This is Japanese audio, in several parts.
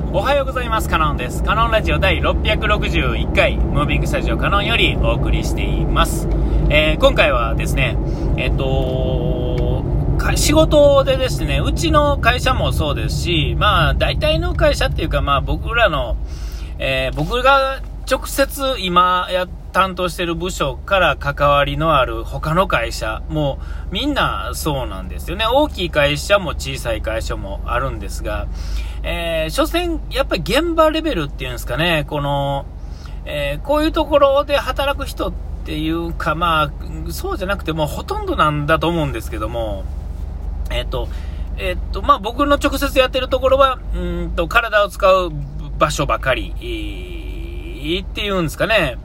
おはようございます。カノンです。カノンラジオ第661回ムービングスタジオカノンよりお送りしています。今回はですね、仕事でですね、うちの会社もそうですし、大体の会社っていうか、僕が直接今担当している部署から関わりのある他の会社もみんなそうなんですよね。大きい会社も小さい会社もあるんですが、所詮やっぱり現場レベルっていうんですかね、こういうところで働く人っていうか、そうじゃなくてもほとんどなんだと思うんですけども、僕の直接やってるところは体を使う場所ばかり、っていうんですかね。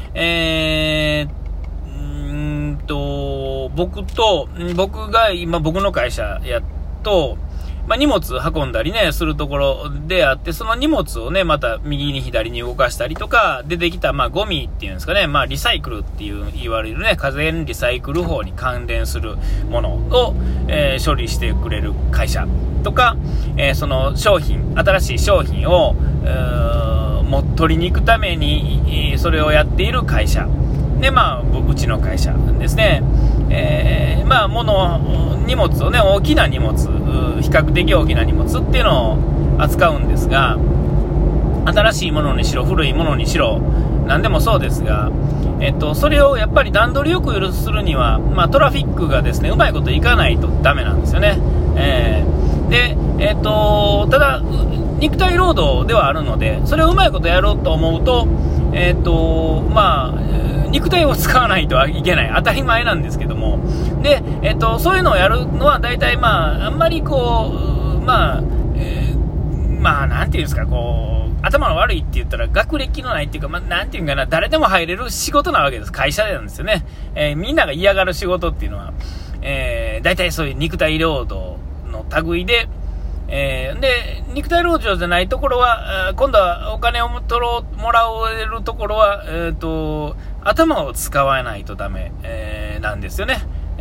僕が今僕の会社やと、荷物運んだりねするところであって、その荷物をねまた右に左に動かしたりとか、出てきたゴミっていうんですかね、リサイクルって言われるね、家電リサイクル法に関連するものを、処理してくれる会社とか、その新しい商品を取りに行くために、それをやっている会社で、うちの会社ですね。荷物をね、大きな荷物、比較的大きな荷物っていうのを扱うんですが、新しいものにしろ古いものにしろ何でもそうですが、それをやっぱり段取りよくするには、トラフィックがですねうまいこといかないとダメなんですよね。ただ肉体労働ではあるので、それをうまいことやろうと思うと、肉体を使わないといけない、当たり前なんですけども、で、そういうのをやるのは大体あんまりなんていうんですか、頭の悪いって言ったら学歴のないっていうか、なんていうかな、誰でも入れる仕事なわけです。会社なんですよね。みんなが嫌がる仕事っていうのは、大体そういう肉体労働の類で、肉体労働じゃないところは、今度はお金をもらえるところは、頭を使わないとダメ、なんですよね。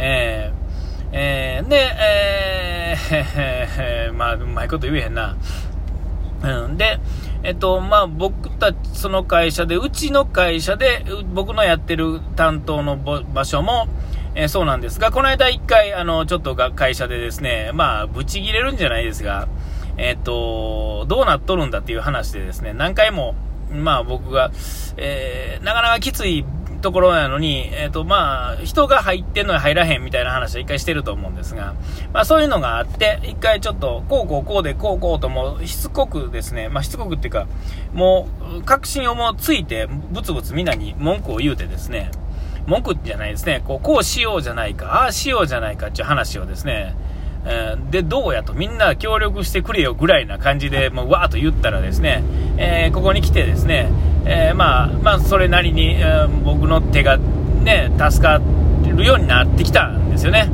うまいこと言えへんな。で、僕たちその会社で、うちの会社で僕のやってる担当の場所も、そうなんですが、この間一回ちょっと会社でですね、ブチ切れるんじゃないですが、どうなっとるんだっていう話でですね、何回も僕が、なかなかきついところなのに、人が入ってんのに入らへんみたいな話は一回してると思うんですが、そういうのがあって、一回ちょっとこうともうしつこくですね、しつこくっていうか、もう確信をもうついてブツブツみんなに文句を言うてですね、文句じゃないですね、こうしようじゃないか、ああしようじゃないかっていう話をですね、でどうやとみんな協力してくれよぐらいな感じでもうわーっと言ったらですね、ここに来てですね、それなりに、僕の手がね助かるようになってきたんですよね。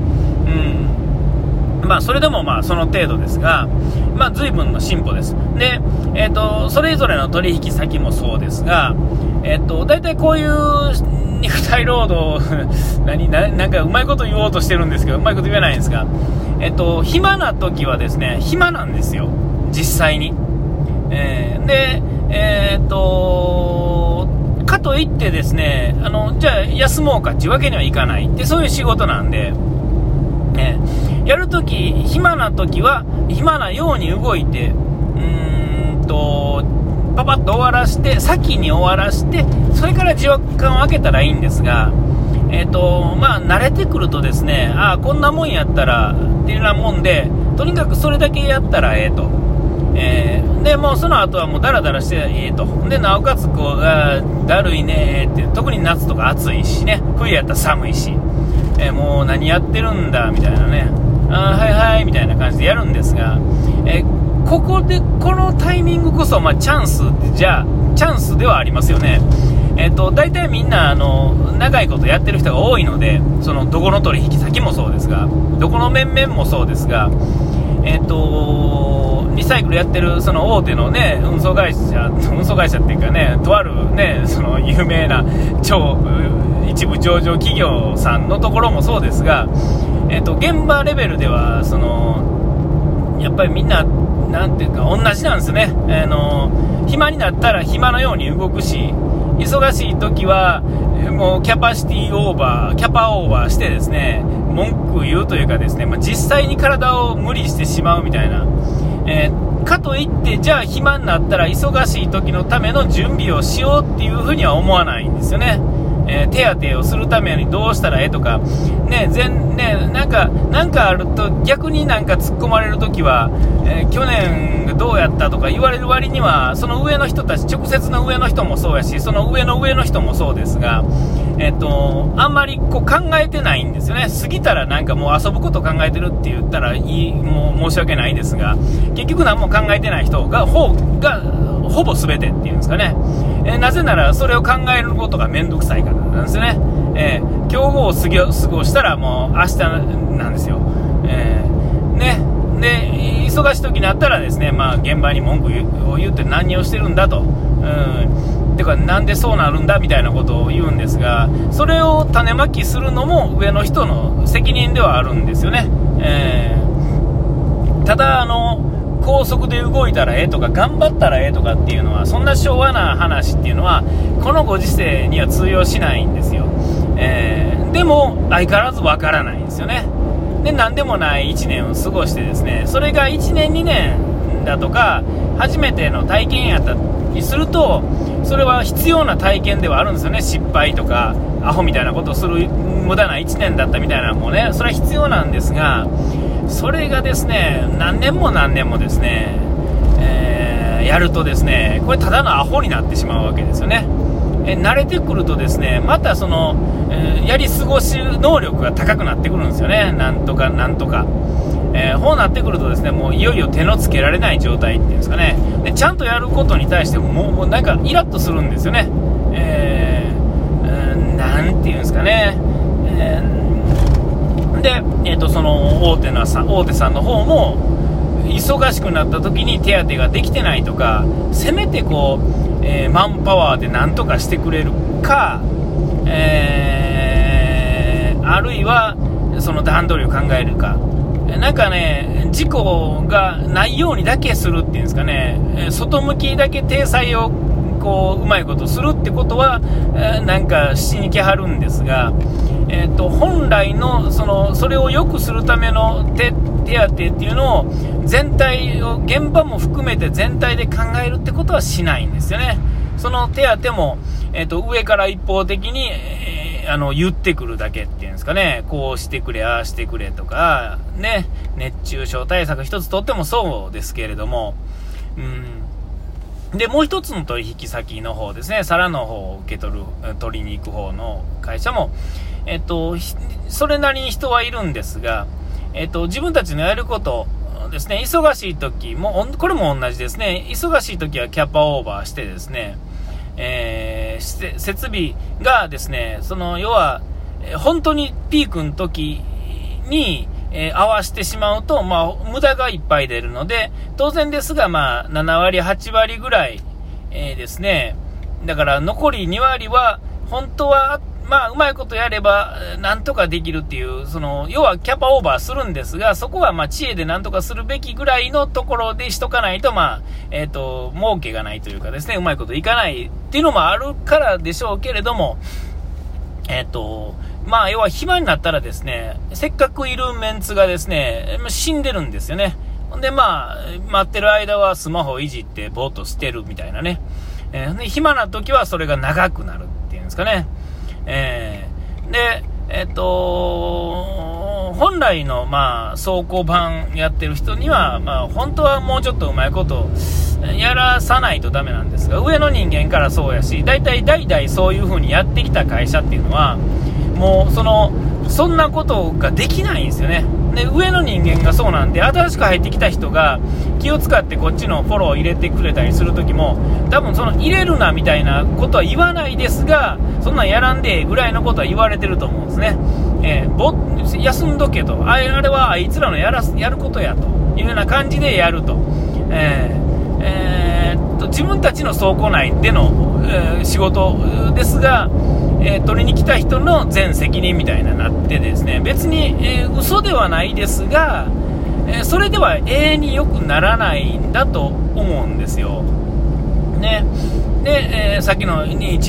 それでもその程度ですが、随分の進歩です。で、それぞれの取引先もそうですが、大体こういう肉体労働なんかうまいこと言おうとしてるんですけど、うまいこと言えないんですが、暇な時はですね、暇なんですよ、実際に。かといってですね、じゃあ休もうかっていうわけにはいかないって、そういう仕事なんで、やるとき、暇な時は暇なように動いて、パパッと終わらして、先に終わらして、それから時間を空けたらいいんですが、慣れてくるとですね、こんなもんやったらっていうようなもんで、とにかくそれだけやったらと。でもうその後はもうダラダラしてと。でなおかつだるいねって、特に夏とか暑いしね、冬やったら寒いし、もう何やってるんだみたいなね、はいはいみたいな感じでやるんですが、このタイミングこそチャンスではありますよね。大体みんな長いことやってる人が多いので、どこの取引先もそうですが、どこの面々もそうですが、リサイクルやってるその大手のね運送会社っていうかね、とあるねその有名な超一部上場企業さんのところもそうですが、現場レベルではやっぱりみんななんていうか同じなんですよね。暇になったら暇のように動くし、忙しい時はもうキャパオーバーしてですね、文句言うというかですね、実際に体を無理してしまうみたいな、かといってじゃあ暇になったら忙しい時のための準備をしようっていうふうには思わないんですよね。手当てをするためにどうしたらとか、なんかあると逆になんか突っ込まれるときは、去年どうやったとか言われる割には、その上の人たち、直接の上の人もそうやし、その上の人もそうですが、あんまりこう考えてないんですよね。過ぎたらなんかもう遊ぶこと考えてるって言ったらもう申し訳ないですが、結局何も考えてない人がほぼ全てっていうんですかね。なぜならそれを考えることがめんどくさいからなんですよね。今日を過ごしたらもう明日なんですよ。で忙しい時になったらですね、現場に文句を言って何をしてるんだと、てかなんでそうなるんだみたいなことを言うんですが、それを種まきするのも上の人の責任ではあるんですよね。ただ高速で動いたらとか頑張ったらとかっていうのは、そんな昭和な話っていうのはこのご時世には通用しないんですよ。でも相変わらずわからないんですよね。で何でもない1年を過ごしてですね、それが1年2年だとか初めての体験やったりすると、それは必要な体験ではあるんですよね。失敗とかアホみたいなことをする無駄な1年だったみたいなのもね、それは必要なんですが、それがですね何年もですね、やるとですね、これただのアホになってしまうわけですよね。慣れてくるとですね、またその、やり過ごし能力が高くなってくるんですよね。なんとか、こうなってくるとですね、もういよいよ手のつけられない状態っていうんですかね。でちゃんとやることに対してもうなんかイラッとするんですよね。なんていうんですかね。で、その大手さんの方も忙しくなった時に手当てができてないとか、せめてこう、マンパワーでなんとかしてくれるか、あるいはその段取りを考えるか、なんかね、事故がないようにだけするっていうんですかね、外向きだけ体裁をこううまいことするってことは、なんかしに来はるんですが、本来のそれを良くするための手当っていうのを全体を現場も含めて全体で考えるってことはしないんですよね。その手当も、上から一方的に、言ってくるだけっていうんですかね。こうしてくれああしてくれとかね、熱中症対策一つとってもそうですけれども、でもう一つの取引先の方ですね、皿の方を取りに行く方の会社も、それなりに人はいるんですが、自分たちのやることですね、忙しい時もこれも同じですね。忙しい時はキャパオーバーしてですね、設備がですね、要は本当にピークの時に、合わせてしまうと、無駄がいっぱい出るので、当然ですが、7割8割ぐらい、ですね。だから残り2割は本当はうまいことやればなんとかできるっていう、要はキャパオーバーするんですが、そこは知恵でなんとかするべきぐらいのところでしとかないと、儲けがないというかですね、うまいこといかないっていうのもあるからでしょうけれども、要は暇になったらですね、せっかくいるメンツがですね、死んでるんですよね。で待ってる間はスマホいじってぼーっとしてるみたいなね。で暇な時はそれが長くなるっていうんですかね。で本来の倉庫版やってる人には本当はもうちょっとうまいことやらさないとダメなんですが、上の人間からそうやし、大体代々そういう風にやってきた会社っていうのはもうそんなことができないんですよね。で上の人間がそうなんで、新しく入ってきた人が気を使ってこっちのフォローを入れてくれたりするときも、多分入れるなみたいなことは言わないですが、そんなんやらんでぐらいのことは言われてると思うんですね。休んどけと、あれはあいつらのやることやというような感じでやると、自分たちの倉庫内での、仕事ですが、取りに来た人の全責任みたいななってですね、別に、嘘ではないですが、 それでは永遠に良くならないんだと思うんですよ。ね。で、さっきの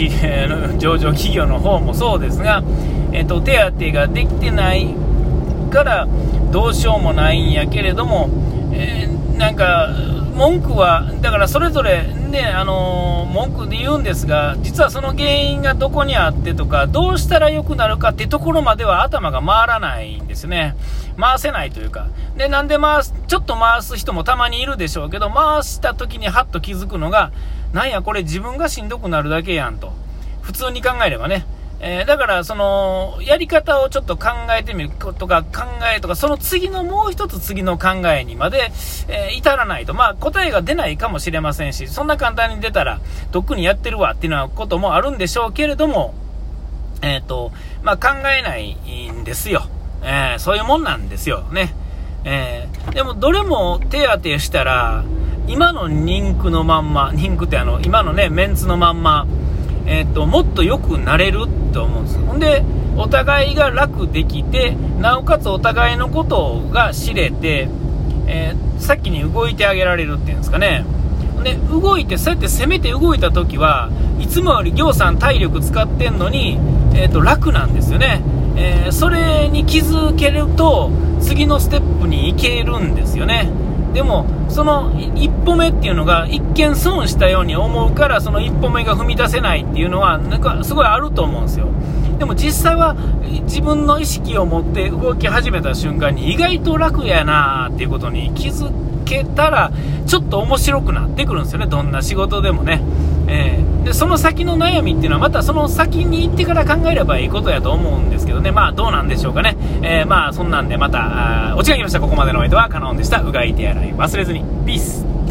21、上場企業の方もそうですが、手当ができてないからどうしようもないんやけれども、なんか文句はだからそれぞれね、文句で言うんですが、実はその原因がどこにあってとか、どうしたら良くなるかっていうところまでは頭が回らないんですね。回せないというか。で、なんでちょっと回す人もたまにいるでしょうけど、回した時にハッと気づくのが、なんやこれ自分がしんどくなるだけやんと。普通に考えればね。だからそのやり方をちょっと考えてみるとかその次のもう一つ次の考えにまで、至らないと、答えが出ないかもしれませんし、そんな簡単に出たらとっくにやってるわっていうようなこともあるんでしょうけれども、考えないんですよ。そういうもんなんですよね。でもどれも手当てしたら今の人気のまんま、人気って今のねメンツのまんま、もっと良くなれると思うんです。ほんでお互いが楽できて、なおかつお互いのことが知れて、先に動いてあげられるっていうんですかね。で動いて、そうやって攻めて動いた時はいつもより行さん体力使ってんのに、楽なんですよね。それに気づけると次のステップに行けるんですよね。でもその一歩目っていうのが一見損したように思うから、その一歩目が踏み出せないっていうのはなんかすごいあると思うんですよ。でも実際は自分の意識を持って動き始めた瞬間に意外と楽やなっていうことに気づけたら、ちょっと面白くなってくるんですよね、どんな仕事でもね。でその先の悩みっていうのはまたその先に行ってから考えればいいことやと思うんですけどね。どうなんでしょうかね。そんなんでまたお時間来ました。ここまでのお相手はカノンでした。うがい手洗い忘れずに。ピース。